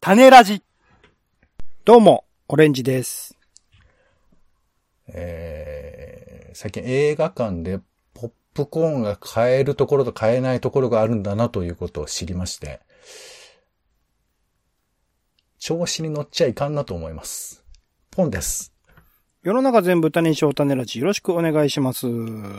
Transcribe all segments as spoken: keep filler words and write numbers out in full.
種ラジ。どうも、オレンジです。 えー、最近映画館でポップコーンが買えるところと買えないところがあるんだなということを知りまして、調子に乗っちゃいかんなと思います。ポンです。 世の中全部種にしよう種ラジ。よろしくお願いします。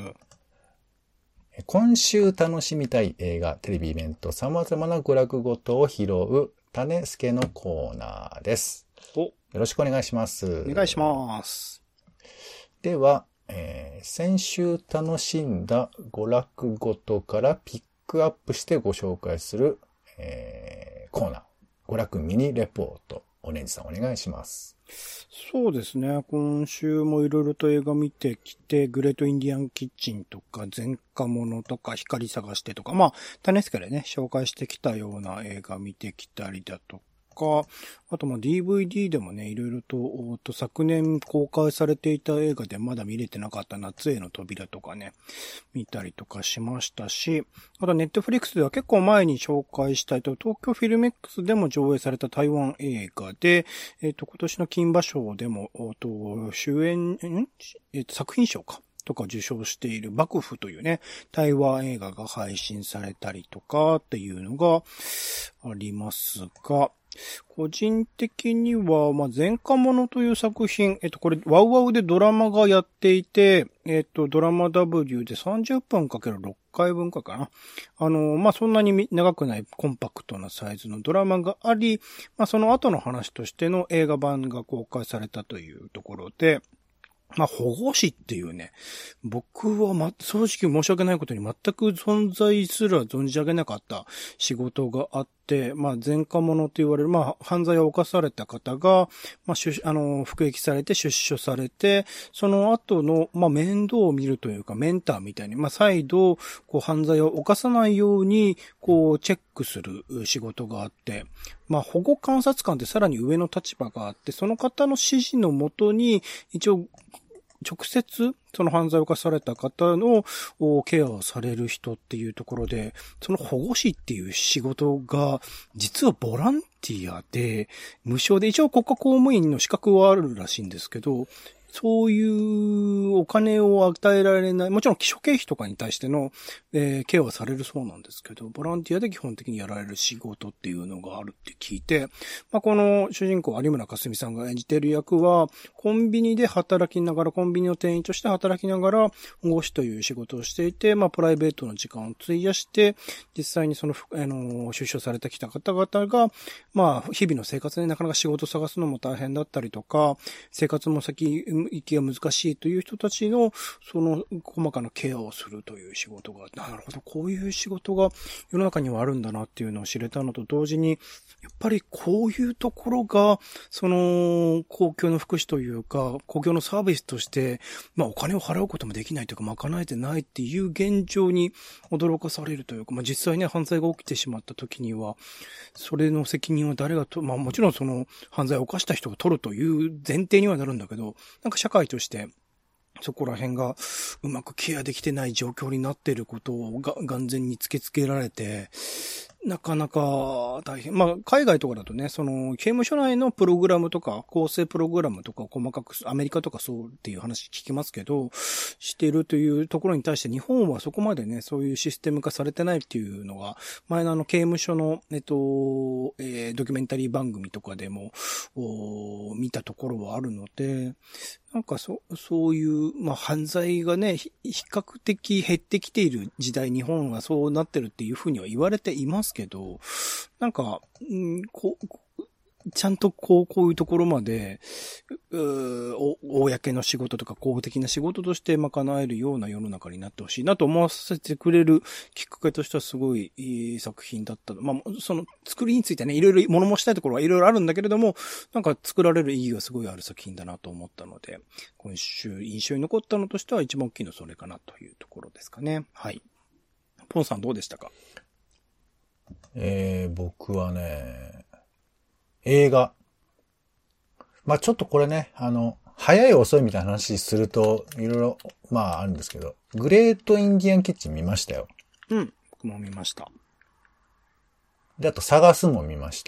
今週楽しみたい映画、テレビイベント、様々な娯楽ごとを拾う種助のコーナーです。 お、 よろしくお願いします。 お願いします。 では、えー、先週楽しんだ娯楽ごとからピックアップしてご紹介する、えー、コーナー。娯楽ミニレポート。オレンジさんお願いします。 そうですね。今週もいろいろと映画見てきて、グレートインディアンキッチンとか、前科者とか、光探してとか、まあ、種助でね、紹介してきたような映画見てきたりだとか、あとまあ ディーブイディー でもね、いろいろと、と昨年公開されていた映画でまだ見れてなかった夏への扉とかね、見たりとかしましたし、あとネットフリックスでは結構前に紹介したいと、東京フィルメックスでも上映された台湾映画で、えっと、今年の金馬賞でも、と主演、んえっと、作品賞か。とか受賞している幕府というね、台湾映画が配信されたりとかっていうのがありますが、個人的には、まあ、前科者という作品、えっと、これ、ワウワウでドラマがやっていて、えっと、ドラマ ダブリュー でさんじゅっぷんかけるろっかいぶんかかな。あの、まあ、そんなに長くないコンパクトなサイズのドラマがあり、まあ、その後の話としての映画版が公開されたというところで、まあ、保護司っていうね、僕はま、正直申し訳ないことに全く存在すら存じ上げなかった仕事があって、まあ、前科者と言われる、まあ、犯罪を犯された方が、まあ、出、あの、服役されて出所されて、その後の、まあ、面倒を見るというか、メンターみたいに、まあ、再度、こう、犯罪を犯さないように、こう、チェックする仕事があって、まあ、保護観察官ってさらに上の立場があって、その方の指示のもとに、一応、直接、その犯罪を犯された方のケアをされる人っていうところで、その保護司っていう仕事が、実はボランティアで、無償で、一応国家公務員の資格はあるらしいんですけど、そういうお金を与えられない、もちろん基礎経費とかに対しての、えー、ケアはされるそうなんですけど、ボランティアで基本的にやられる仕事っていうのがあるって聞いて、まあ、この主人公有村架純さんが演じている役は、コンビニで働きながら、コンビニの店員として働きながら、保護司という仕事をしていて、まあ、プライベートの時間を費やして、実際にその、あの、出所されてきた方々が、まあ、日々の生活でなかなか仕事を探すのも大変だったりとか、生活も先、行きが難しいという人たちの、その細かなケアをするという仕事が、なるほど、こういう仕事が世の中にはあるんだなっていうのを知れたのと同時に、やっぱりこういうところが、その、公共の福祉というか、公共のサービスとして、まあお金を払うこともできないというか、賄えてないっていう現状に驚かされるというか、まあ実際ね、犯罪が起きてしまった時には、それの責任は誰がと、まあもちろんその犯罪を犯した人が取るという前提にはなるんだけど、なんか社会として、そこら辺がうまくケアできてない状況になっていることをが眼前に突きつけられて、なかなか大変。まあ、海外とかだとね、その、刑務所内のプログラムとか、構成プログラムとかを細かく、アメリカとかそうっていう話聞きますけど、しているというところに対して日本はそこまでね、そういうシステム化されてないっていうのが、前のあの刑務所の、えっと、えー、ドキュメンタリー番組とかでも、見たところはあるので、なんかそ、そういう、まあ、犯罪がね、比較的減ってきている時代、日本はそうなってるっていうふうには言われていますけど、なんか、うん、こう、ちゃんとこう、こういうところまで、うお、公の仕事とか公的な仕事として賄えるような世の中になってほしいなと思わせてくれるきっかけとしてはすごいいい作品だった。まあ、その作りについてね、いろいろ物申したいところはいろいろあるんだけれども、なんか作られる意義がすごいある作品だなと思ったので、今週印象に残ったのとしては一番大きいのそれかなというところですかね。はい。ポンさんどうでしたか？ えー、僕はね、映画。まあ、ちょっとこれね、あの、早い遅いみたいな話すると、いろいろ、まああるんですけど、グレートインディアンキッチン見ましたよ。 うん。僕も見ました。 で、あと探すも見ました。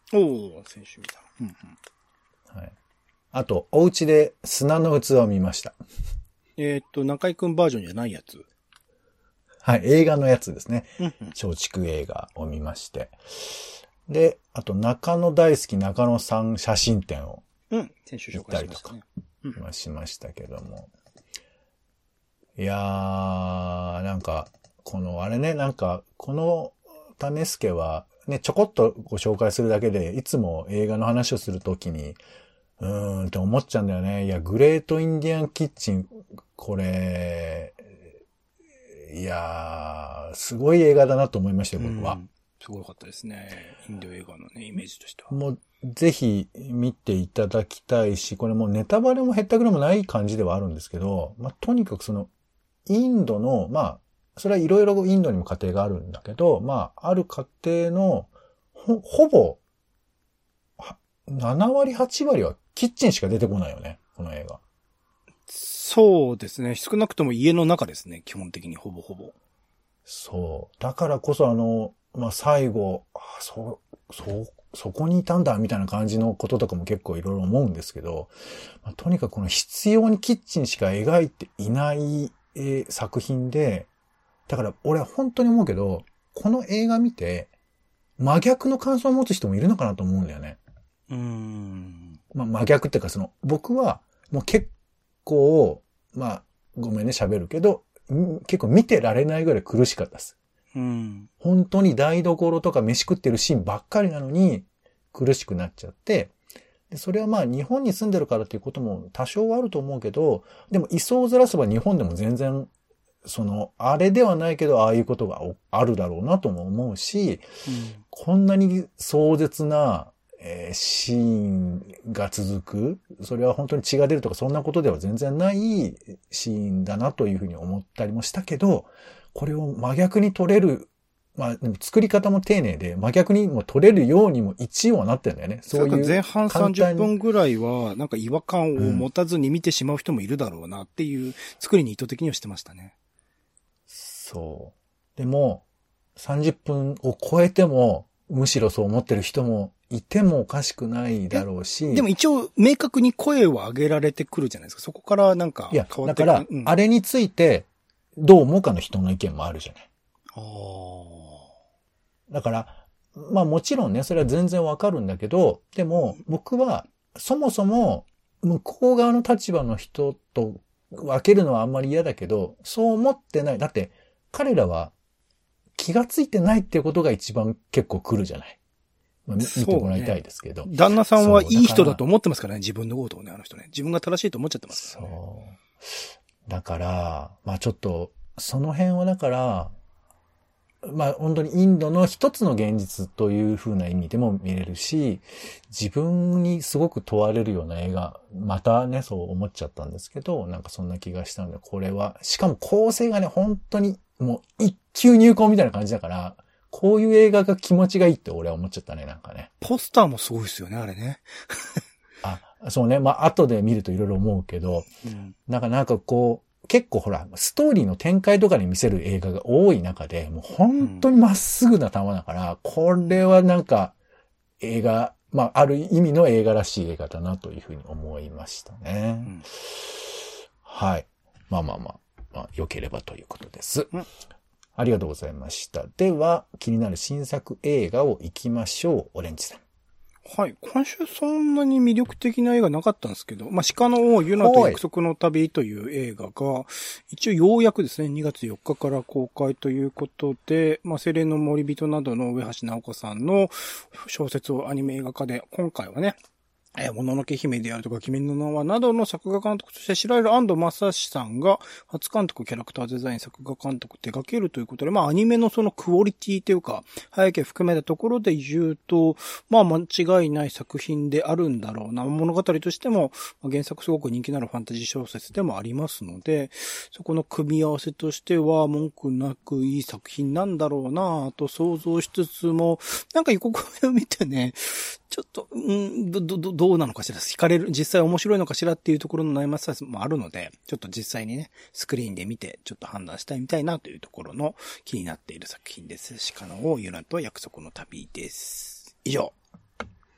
おー、先週見た。うんうん。 はい。あと、お家で砂の器を見ました。 えーっと、中井くんバージョンじゃないやつ。 はい、映画のやつですね。 うんうん。 松竹映画を見まして。で、あと、中野大好き中野さん写真展をうん、先週紹介しましたね。 うん、しましたけども。いやー、なんか、この、あれね、なんか、この、種助は、ね、ちょこっとご紹介するだけで、いつも映画の話をするときに、うーんって思っちゃうんだよね。いや、グレートインディアンキッチン、これ、いやー、すごい映画だなと思いましたよ、僕は。 すごかったですね。インド映画のね、イメージとしては。 もう、ぜひ見ていただきたいし、これもうネタバレもへったくれもない感じではあるんですけど、まあ、とにかくその、インドの、まあ、それはいろいろインドにも家庭があるんだけど、まあ、ある家庭の、ほ、ほぼ、ななわりはちわりはキッチンしか出てこないよね、この映画。 そうですね。少なくとも家の中ですね、基本的にほぼほぼ。 そう。だからこそあの、まあ、最後、あ、そう、そう、そこにいたんだ、みたいな感じのこととかも結構いろいろ思うんですけど、まあ、とにかくこの必要にキッチンしか描いていない、えー、作品で、だから俺は本当に思うけど、この映画見て、真逆の感想を持つ人もいるのかなと思うんだよね。 うーん。 まあ、真逆っていうかその、僕はもう結構、まあ、ごめんね喋るけど、結構見てられないぐらい苦しかったです。 うん。 本当に台所とか飯食ってるシーンばっかりなのに苦しくなっちゃって、でそれはまあ日本に住んでるからっていうことも多少はあると思うけど、でもいそうずらせば日本でも全然、その、あれではないけどああいうことがあるだろうなとも思うし、うん、こんなに壮絶な、えー、シーンが続く、それは本当に血が出るとかそんなことでは全然ないシーンだなというふうに思ったりもしたけど、これを真逆に取れる、まあ、でも作り方も丁寧で、真逆にも取れるようにも一応はなってるんだよね。そういう。 前半さんじゅっぷんぐらいは、なんか違和感を持たずに見てしまう人もいるだろうなっていう作りに意図的にはしてましたね。 そう。でも、さんじゅっぷんを超えても、むしろそう思ってる人もいてもおかしくないだろうし。 でも一応、明確に声を上げられてくるじゃないですか。そこからなんか変わってくる。いや、 だから、うん、あれについて、どう思うかの人の意見もあるじゃない。 あだから、まあもちろんね、それは全然わかるんだけど、でも僕はそもそも向こう側の立場の人と分けるのはあんまり嫌だけど、そう思ってない。だって彼らは気がついてないっていうことが一番結構来るじゃない。まあ、見てもらいたいですけど、 ね。旦那さんはいい人だと思ってますからね、自分のことをね、あの人ね。自分が正しいと思っちゃってますからね。 そう。だから、まあちょっと、その辺はだから、まあ本当にインドの一つの現実という風な意味でも見れるし、自分にすごく問われるような映画、またね、そう思っちゃったんですけど、なんかそんな気がしたので、これは、しかも構成がね、本当にもう一級入魂みたいな感じだから、こういう映画が気持ちがいいって俺は思っちゃったね、なんかね。 ポスターもすごいですよね、あれね。 あ、そうね、まあ後で見るといろいろ思うけど、うん、なんかなんかこう、結構ほら、ストーリーの展開とかに見せる映画が多い中で、もう本当にまっすぐな球だから、うん、これはなんか映画、まあある意味の映画らしい映画だなというふうに思いましたね。うん、はい。まあまあまあ、まあ良ければということです。うん、ありがとうございました。では、気になる新作映画を行きましょう。オレンジさん。 はい。今週そんなに魅力的な映画なかったんですけど、まあ、鹿の王ユナと約束の旅という映画が、一応ようやくですね、にがつよっかから公開ということで、まあ、精霊の森人などの上橋直子さんの小説をアニメ映画化で、今回はね、えー、もののけ姫であるとか、君の名はなどの作画監督として知られる安藤正史さんが、初監督、キャラクターデザイン、作画監督手掛けるということで、まあアニメのそのクオリティというか、背景含めたところで言うと、まあ間違いない作品であるんだろうな。物語としても、原作すごく人気のあるファンタジー小説でもありますので、そこの組み合わせとしては文句なくいい作品なんだろうなと想像しつつも、なんか予告を見てね、ちょっと、うん、ど、ど、どうなのかしら、惹かれる、実際面白いのかしらっていうところの悩ましさもあるので、ちょっと実際にね、スクリーンで見て、ちょっと判断したいみたいなというところの気になっている作品です。鹿の王ユナと約束の旅です。以上。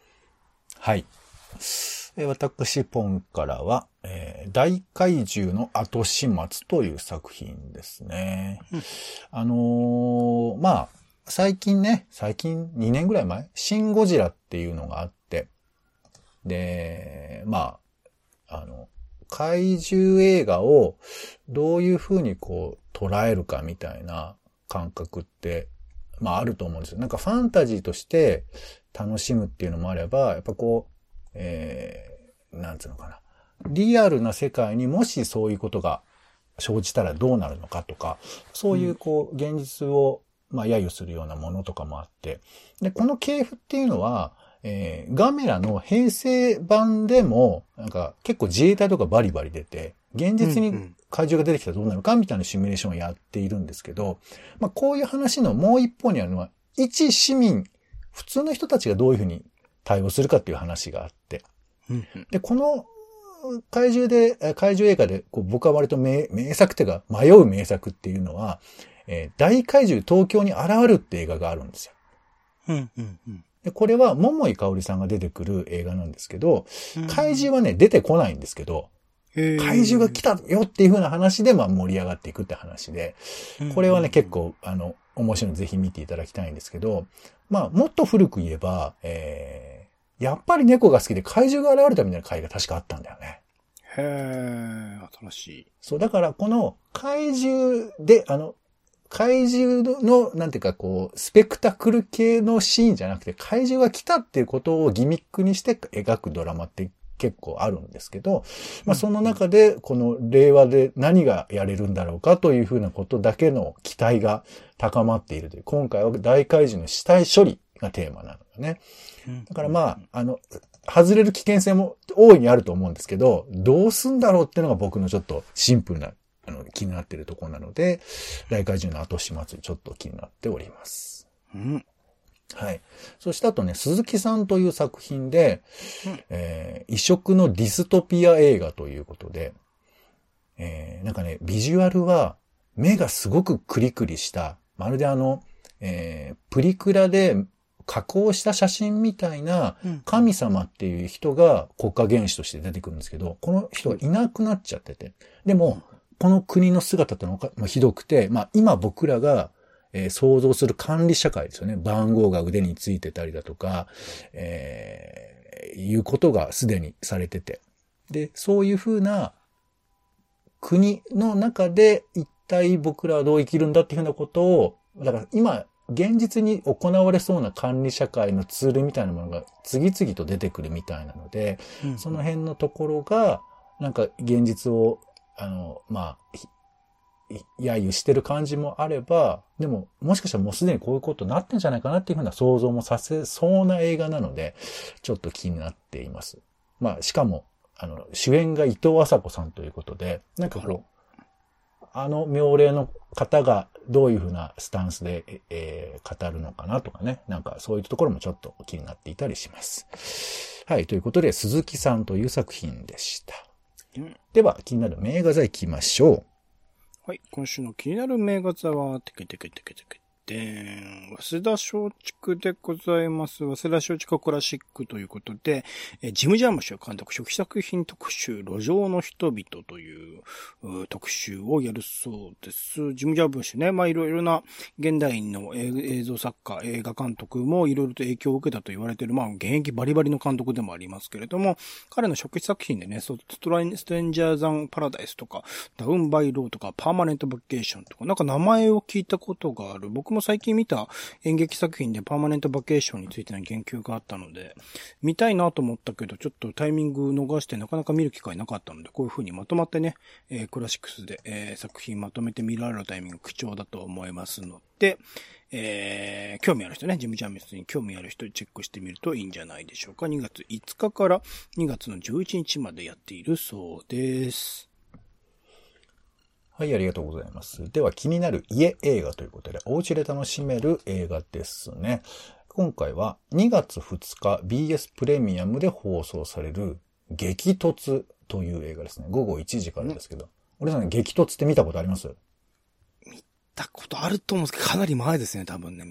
はい。えー、私、ポンからは、えー、大怪獣の後始末という作品ですね。うん、あのー、まあ、最近ね、最近にねんぐらい前、シン・ゴジラっていうのがあって、で、まあ、あの、怪獣映画をどういうふうにこう捉えるかみたいな感覚って、まああると思うんですよ。なんかファンタジーとして楽しむっていうのもあれば、やっぱこう、えー、なんつうのかな。リアルな世界にもしそういうことが生じたらどうなるのかとか、そういうこう、現実を、まあ、揶揄するようなものとかもあって、で、この系譜っていうのは、えー、ガメラの平成版でも、なんか結構自衛隊とかバリバリ出て、現実に怪獣が出てきたらどうなるかみたいなシミュレーションをやっているんですけど、まあ、こういう話のもう一方にあるのは、一市民、普通の人たちがどういうふうに対応するかっていう話があって、で、この怪獣で、怪獣映画でこう僕は割と 名, 名作っていうか迷う名作っていうのは、えー、大怪獣東京に現るって映画があるんですよ。 うんうんうん、 でこれは桃井かおりさんが出てくる映画なんですけど、怪獣はね、出てこないんですけど、怪獣が来たよっていう風な話でまあ盛り上がっていくって話で、これはね、結構、あの、面白いのでぜひ見ていただきたいんですけど、まあ、もっと古く言えば、えー、やっぱり猫が好きで怪獣が現れたみたいな回が確かあったんだよね。 へー、新しい。 そう、だからこの怪獣で、あの、怪獣の、なんていうかこう、スペクタクル系のシーンじゃなくて、怪獣が来たっていうことをギミックにして描くドラマって結構あるんですけど、まあその中で、この令和で何がやれるんだろうかというふうなことだけの期待が高まっているという、今回は大怪獣の死体処理がテーマなのよね。だからまあ、あの、外れる危険性も大いにあると思うんですけど、どうすんだろうっていうのが僕のちょっとシンプルなあの気になっているところなので、大怪獣の後始末ちょっと気になっております。 うん、 はい。そしてあとね、鈴木さんという作品で、うんえー、異色のディストピア映画ということで、えー、なんかね、ビジュアルは目がすごくクリクリした、まるであの、えー、プリクラで加工した写真みたいな神様っていう人が国家元首として出てくるんですけど、この人がいなくなっちゃってて。でも、この国の姿ってのがひどくて、まあ今僕らが、えー、想像する管理社会ですよね。番号が腕についてたりだとか、えー、いうことがすでにされてて。で、そういうふうな国の中で一体僕らはどう生きるんだっていうふうなことを、だから今、現実に行われそうな管理社会のツールみたいなものが次々と出てくるみたいなので、うん、その辺のところが、なんか現実を、あの、まあ、揶揄してる感じもあれば、でも、もしかしたらもうすでにこういうことになってんじゃないかなっていうふうな想像もさせそうな映画なので、ちょっと気になっています。まあ、しかも、あの、主演が伊藤麻子さんということで、なんかこう、あの妙齢の方がどういうふうなスタンスで、えー、語るのかなとかね。なんかそういうところもちょっと気になっていたりします。はい。ということで、鈴木さんという作品でした。うん、では、気になる名画座行きましょう。 はい。今週の気になる名画座は、てけてけてけてけでーん、早稲田松竹でございます。早稲田松竹クラシックということで、えジム・ジャームッシュ監督初期作品特集、路上の人々という特集をやるそうです。ジム・ジャームッシュね、まあいろいろな現代の映像作家、映画監督もいろいろと影響を受けたと言われている、まあ現役バリバリの監督でもありますけれども、彼の初期作品でね、ストライ、ストレンジャーザン・パラダイスとか、ダウン・バイ・ローとか、パーマネント・バケーションとか、なんか名前を聞いたことがある。僕も最近見た演劇作品でパーマネントバケーションについての言及があったので、見たいなと思ったけど、ちょっとタイミング逃してなかなか見る機会なかったので、こういう風にまとまってね、えー、クラシックスで、えー、作品まとめて見られるタイミング貴重だと思いますので、えー、興味ある人ね、ジム・ジャームスに興味ある人チェックしてみるといいんじゃないでしょうか。にがついつかからにがつのじゅういちにちまでやっているそうです。 はい、ありがとうございます。では、気になる家映画ということで、お家で楽しめる映画ですね。今回はにがつふつか ビーエス プレミアムで放送される激突という映画ですね。ごごいちじからですけど。俺さん、激突って見たことあります？ 見たことあると思うんですけど、かなり前ですね、多分ね、見たの。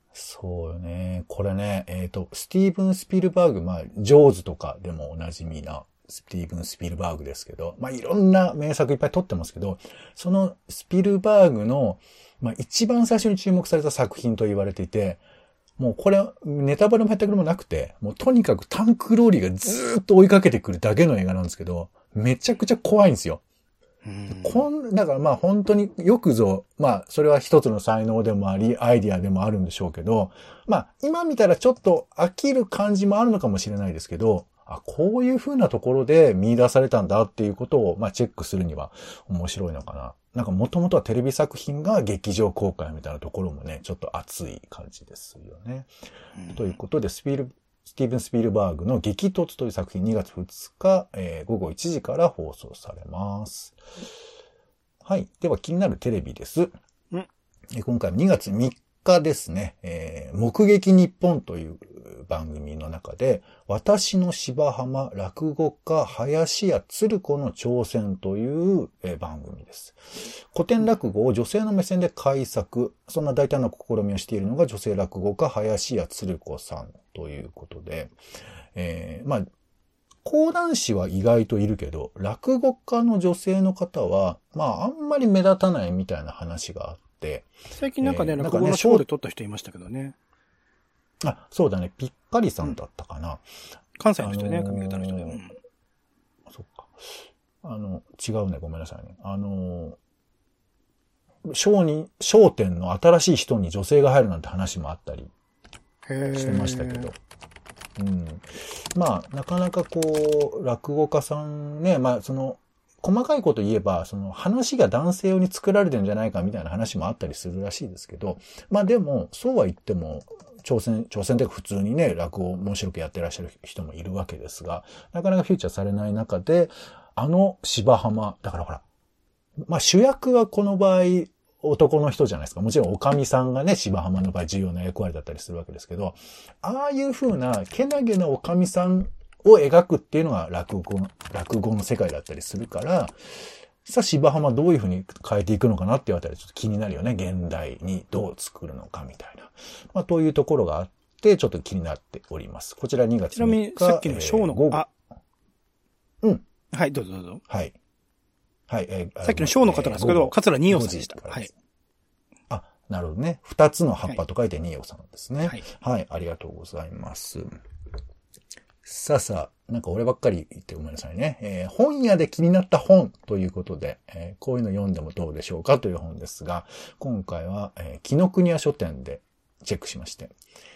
そうよね。これね、えっと、スティーブン・スピルバーグ、まあ、ジョーズとかでもおなじみな、スティーブン・スピルバーグですけど、まあ、いろんな名作いっぱい撮ってますけど、そのスピルバーグの、まあ、一番最初に注目された作品と言われていて、もうこれ、ネタバレも全くもなくて、もうとにかくタンクローリーがずーっと追いかけてくるだけの映画なんですけど、めちゃくちゃ怖いんですよ。 うん、 こん、だからまあ本当によくぞ、まあそれは一つの才能でもあり、アイディアでもあるんでしょうけど、まあ今見たらちょっと飽きる感じもあるのかもしれないですけど、あ、こういう風なところで見出されたんだっていうことを、まあチェックするには面白いのかな。なんか元々はテレビ作品が劇場公開みたいなところもね、ちょっと熱い感じですよね。うん、ということで、スピル、スティーブン・スピルバーグの激突という作品にがつふつか、えー、ごごいちじから放送されます。はい。では気になるテレビです。 うん、 今回にがつみっかですね、えー、目撃日本という番組の中で、私の芝浜落語家林家鶴子の挑戦という番組です。古典落語を女性の目線で改作、そんな大胆な試みをしているのが女性落語家林家鶴子さんということで、えー、まあ、講談師は意外といるけど、落語家の女性の方は、まあ、あんまり目立たないみたいな話があって、 最近なんかね、えー、落語のショーで撮った人いましたけどね。 あ、そうだね。ぴったりさんだったかな。うん、 関西の人ね、髪型の人で。うん、 そっか。あの、違うね。ごめんなさいね。あの、ショーに、商店の新しい人に女性が入るなんて話もあったりしてましたけど。うん、まあ、なかなかこう、落語家さんね、まあ、その、細かいこと言えば、その話が男性用に作られてるんじゃないかみたいな話もあったりするらしいですけど、まあでも、そうは言っても、挑戦、挑戦で普通にね、落語を面白くやってらっしゃる人もいるわけですが、なかなかフィーチャーされない中で、あの芝浜、だからほら、まあ主役はこの場合、男の人じゃないですか。もちろん、おかみさんがね、芝浜の場合重要な役割だったりするわけですけど、ああいう風な、けなげなおかみさんを描くっていうのが落語、落語の世界だったりするから、さあ、芝浜どういう風に変えていくのかなっていうあたりちょっと気になるよね。現代にどう作るのかみたいな。まあ、というところがあって、ちょっと気になっております。こちらにがつみっか。 ちなみに、さっきのショーの、 えー、あ、うん。 はい、どうぞどうぞ。 はい。はい、えー、さっきのショーの方なんですけど、桂二葉さんでした。はい。 あ、なるほどね。二つの葉っぱと書いて二葉さんですね。 はい。 はい、ありがとうございます。さあさあ、なんか俺ばっかり言ってごめんなさいね。えー、本屋で気になった本ということで、えー、こういうの読んでもどうでしょうかという本ですが、今回は、えー、紀ノ国屋書店でチェックしまして。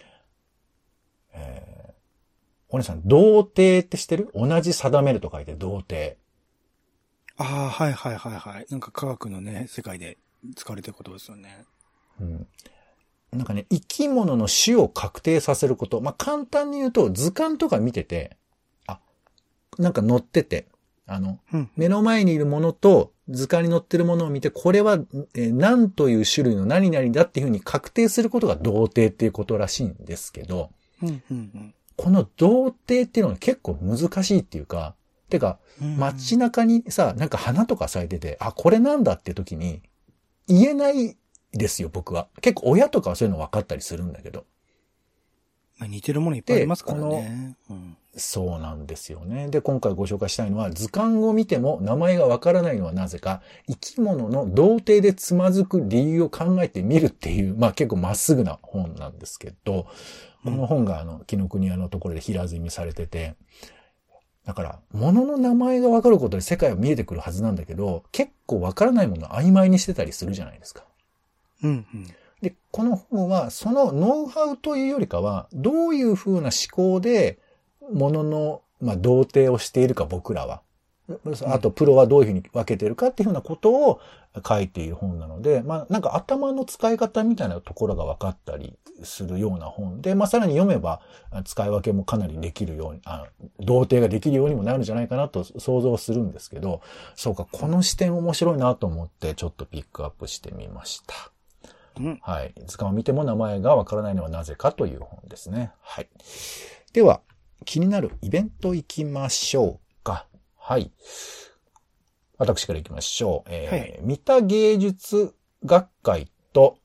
えー、お姉さん、童貞って知ってる？同じ定めると書いて童貞。 ああ、はいはいはいはい。なんか科学のね、世界で使われてることですよね。 うん。なんかね、生き物の種を確定させること。まあ、簡単に言うと、図鑑とか見てて、あ、なんか載ってて、あの、うん、目の前にいるものと図鑑に載ってるものを見て、これは、えー、何という種類の何々だっていうふうに確定することが童貞っていうことらしいんですけど、 うんうんうん、 この童貞っていうのは結構難しいっていうか、てか、街中にさ、なんか花とか咲いてて、あ、これなんだって時に、言えないですよ、僕は。結構親とかはそういうの分かったりするんだけど。 似てるものいっぱいありますからね。 うん、そうなんですよね。で、今回ご紹介したいのは、図鑑を見ても名前が分からないのはなぜか、生き物の童貞でつまずく理由を考えてみるっていう、まあ結構まっすぐな本なんですけど、この本があの、紀ノ国屋のところで平積みされてて、だから、物の名前が分かることで世界は見えてくるはずなんだけど、結構分からないものを曖昧にしてたりするじゃないですか。 うんうん。 で、この本は、そのノウハウというよりかは、どういう風な思考で、物の、まあ、童貞をしているか、僕らは。あと、プロはどういう風に分けているかっていう風なことを書いている本なので、まあ、なんか頭の使い方みたいなところが分かったりするような本で、まあ、さらに読めば、使い分けもかなりできるように、あ、童貞ができるようにもなるんじゃないかなと想像するんですけど、そうか、この視点面白いなと思って、ちょっとピックアップしてみました。 うん、 はい。図鑑を見ても名前がわからないのはなぜかという本ですね。はい。では、気になるイベント行きましょうか。はい。私から行きましょう。えーはい、三田芸術学会と、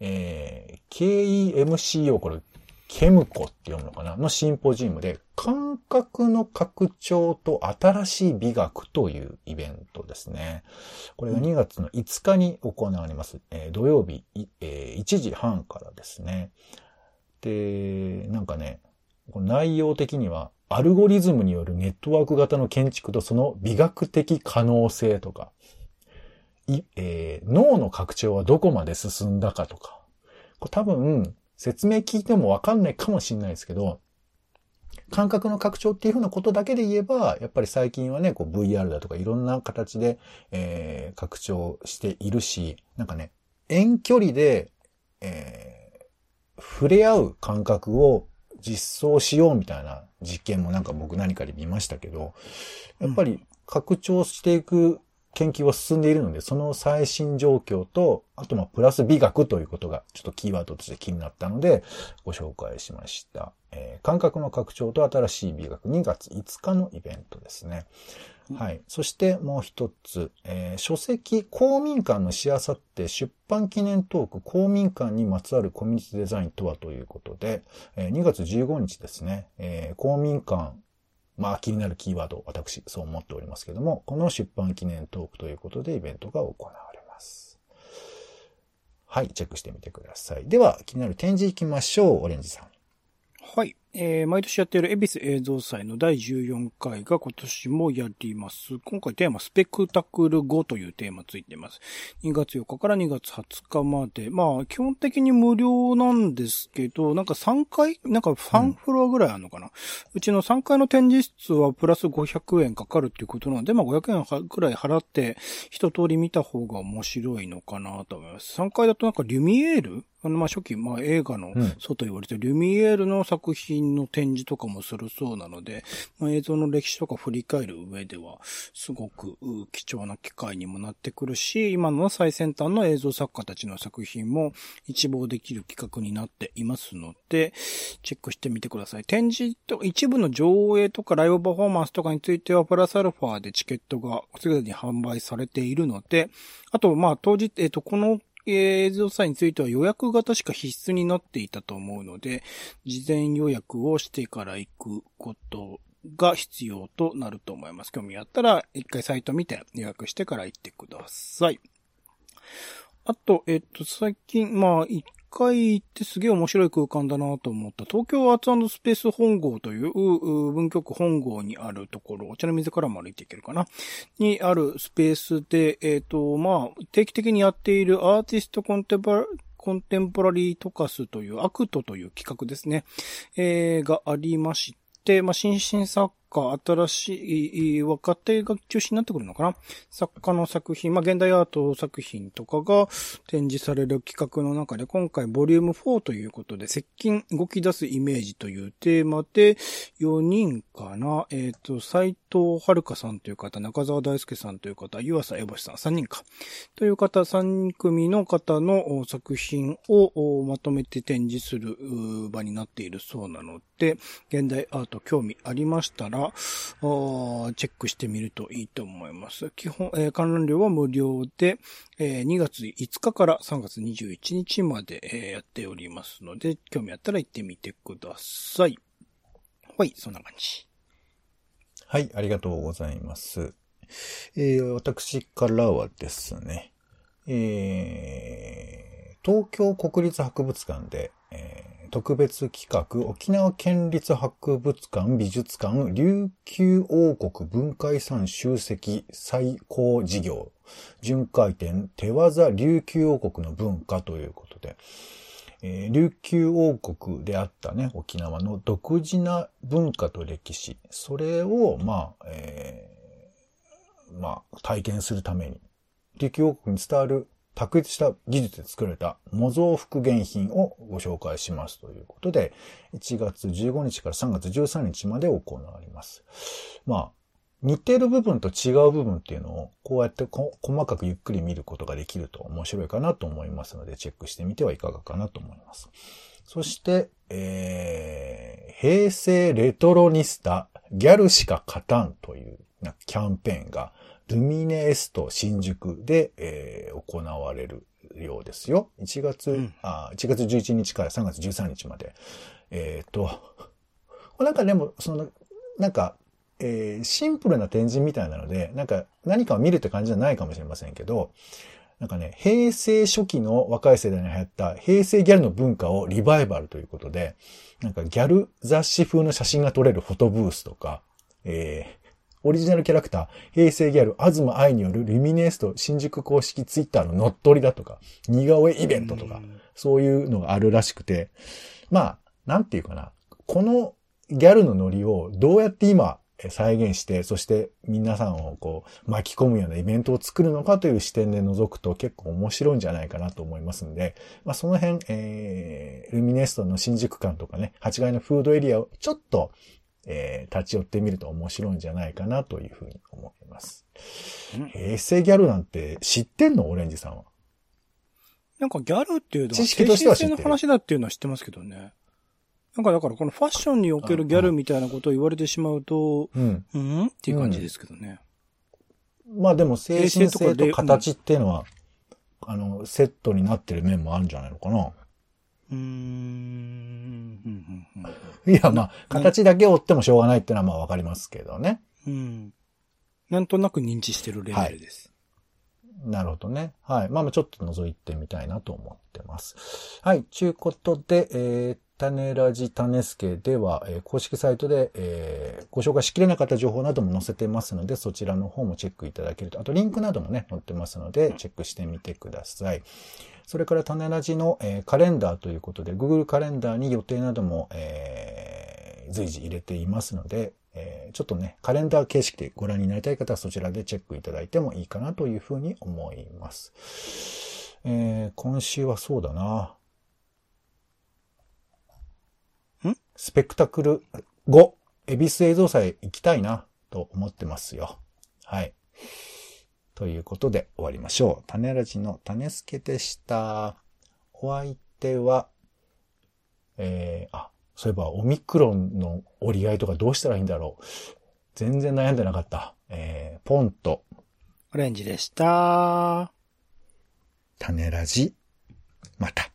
えー、ケーイーエムシーオー、これ、ケムコって読むのかなのシンポジウムで、感覚の拡張と新しい美学というイベントですね。これがにがつのいつかに行われます。えー、土曜日、えー、いちじはんからですね。で、なんかね、内容的には、アルゴリズムによるネットワーク型の建築とその美学的可能性とか、いえー、脳の拡張はどこまで進んだかとか、これ多分、説明聞いてもわかんないかもしれないですけど、感覚の拡張っていうふうなことだけで言えば、やっぱり最近はね、こう ブイアール だとかいろんな形で、えー、拡張しているし、なんかね、遠距離で、えー、触れ合う感覚を実装しようみたいな実験もなんか僕何かで見ましたけど、やっぱり拡張していく研究は進んでいるので、その最新状況と、あとまあプラス美学ということがちょっとキーワードとして気になったのでご紹介しました。えー、感覚の拡張と新しい美学にがついつかのイベントですね。はい。そしてもう一つ、えー、書籍公民館のしあさって出版記念トーク公民館にまつわるコミュニティデザインとはということで、えー、にがつじゅうごにちですね、えー、公民館まあ気になるキーワード、私そう思っておりますけども、この出版記念トークということでイベントが行われます。はい、チェックしてみてください。では、気になる展示行きましょう、オレンジさん。 はい。えー、毎年やっている恵比寿映像祭のだいじゅうよんかいが今年もやります。今回テーマスペクタクルごというテーマついています。にがつよっかからにがつはつかまで。まあ、基本的に無料なんですけど、なんかさんかい、なんかファンフロアぐらいあるのかな、うん、うちのさんかいの展示室はプラスごひゃくえんかかるっていうことなので、まあごひゃくえんくらい払って一通り見た方が面白いのかなと思います。さんかいだとなんかリュミエールあの、ま、初期、まあ、映画の祖と言われている、うん、リュミエールの作品の展示とかもするそうなので、まあ、映像の歴史とか振り返る上では、すごく貴重な機会にもなってくるし、今の最先端の映像作家たちの作品も一望できる企画になっていますので、チェックしてみてください。展示と、一部の上映とかライブパフォーマンスとかについては、プラスアルファでチケットがすでに販売されているので、あと、まあ、当日、えっと、この映像祭については予約型しか必須になっていたと思うので、事前予約をしてから行くことが必要となると思います。興味あったら一回サイト見て予約してから行ってください。あと、えっと、最近、まあ、一回行ってすげえ面白い空間だなと思った東京アーツ&スペース本郷という文京区本郷にあるところ、お茶の水からも歩いていけるかなにあるスペースで、えっと、まあ、定期的にやっているアーティストコンテンポラコンテンポラリートカスというアクトという企画ですね、えー、がありまして、まあ、新進作家、新しい若手が中心になってくるのかな作家の作品、まあ、現代アート作品とかが展示される企画の中で、今回ボリュームフォーということで、接近動き出すイメージというテーマで、よにんかなえっと、斉藤遥さんという方、中澤大輔さんという方、湯浅エボシさん、さんにんか。という方、さんくみの方の作品をまとめて展示する場になっているそうなので、現代アート興味ありましたら、チェックしてみるといいと思います。基本、えー、観覧料は無料で、えー、にがついつかからさんがつにじゅういちにちまで、えー、やっておりますので、興味あったら行ってみてください。はい、そんな感じ。 はい、ありがとうございます。えー、私からはですね、えー、東京国立博物館で、えー特別企画、沖縄県立博物館美術館琉球王国文化遺産集積再興事業巡回展手技琉球王国の文化ということで、えー、琉球王国であったね、沖縄の独自な文化と歴史、それを、まあ、えー、まあ、体験するために、琉球王国に伝わる卓越した技術で作られた模造復元品をご紹介しますということで、いちがつじゅうごにちからさんがつじゅうさんにちまで行われます。まあ、似てる部分と違う部分っていうのを、こうやってこ細かくゆっくり見ることができると面白いかなと思いますので、チェックしてみてはいかがかなと思います。そして、えー、平成レトロニスタギャルしか勝たんというキャンペーンがルミネエスト新宿で、えー、行われる、 ようですよ。いちがつ、うん、あ、いちがつじゅういちにちからさんがつじゅうさんにちまで。えっと、なんかでも、その、なんか、えー、シンプルな展示みたいなので、なんか何かを見るって感じじゃないかもしれませんけど、なんかね、平成初期の若い世代に流行った平成ギャルの文化をリバイバルということで、なんかギャル雑誌風の写真が撮れるフォトブースとか、えー、オリジナルキャラクター、平成ギャル、東愛によるルミネエスト新宿公式ツイッターの乗っ取りだとか、似顔絵イベントとか、そういうのがあるらしくて、まあ、なんていうかな、このギャルのノリをどうやって今再現して、そして皆さんをこう巻き込むようなイベントを作るのかという視点で覗くと結構面白いんじゃないかなと思いますんで、まあその辺、えー、ルミネストの新宿館とかね、はちがいのフードエリアをちょっと、えー、立ち寄ってみると面白いんじゃないかなというふうに思います。平成ギャルなんて知ってんの？オレンジさんは。 なんかギャルっていうのは知識としては知ってる。 平成の話だっていうのは知ってますけどね。なんかだからこのファッションにおけるギャルみたいなことを言われてしまうと、うん、うんっていう感じですけどね。 うん、まあでも精神性と形っていうのは、うん、あの、セットになってる面もあるんじゃないのかな。うーん。 いや、まあ、形だけ追ってもしょうがないっていうのはまあわかりますけどね。 うん。なんとなく認知してるレベルです。 はい、なるほどね。はい。まあまあちょっと覗いてみたいなと思ってます。はい。ちゅうことで、えー種ラジ種助では、えー、公式サイトで、えー、ご紹介しきれなかった情報なども載せてますので、そちらの方もチェックいただけると、あとリンクなどもね、載ってますので、チェックしてみてください。それから種ラジの、えー、カレンダーということで、Google カレンダーに予定なども、えー、随時入れていますので、えー、ちょっとね、カレンダー形式でご覧になりたい方はそちらでチェックいただいてもいいかなというふうに思います。えー、今週はそうだな。スペクタクルご、恵比寿映像祭行きたいなと思ってますよ。はい。ということで終わりましょう。種ラジの種助でした。お相手は、えー、あ、そういえばオミクロンの折り合いとかどうしたらいいんだろう。全然悩んでなかった。えー、ポンと。 オレンジでした。 種ラジ、また。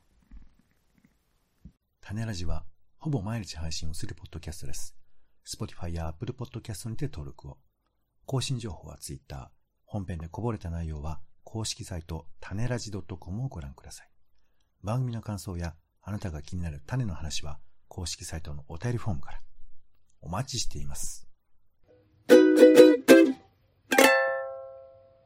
種ラジは、ほぼ毎日配信をするポッドキャストです。Spotify や Apple Podcast にて登録を。更新情報は Twitter。本編でこぼれた内容は公式サイト種ラジ .com をご覧ください。番組の感想やあなたが気になる種の話は公式サイトのお便りフォームから。お待ちしています。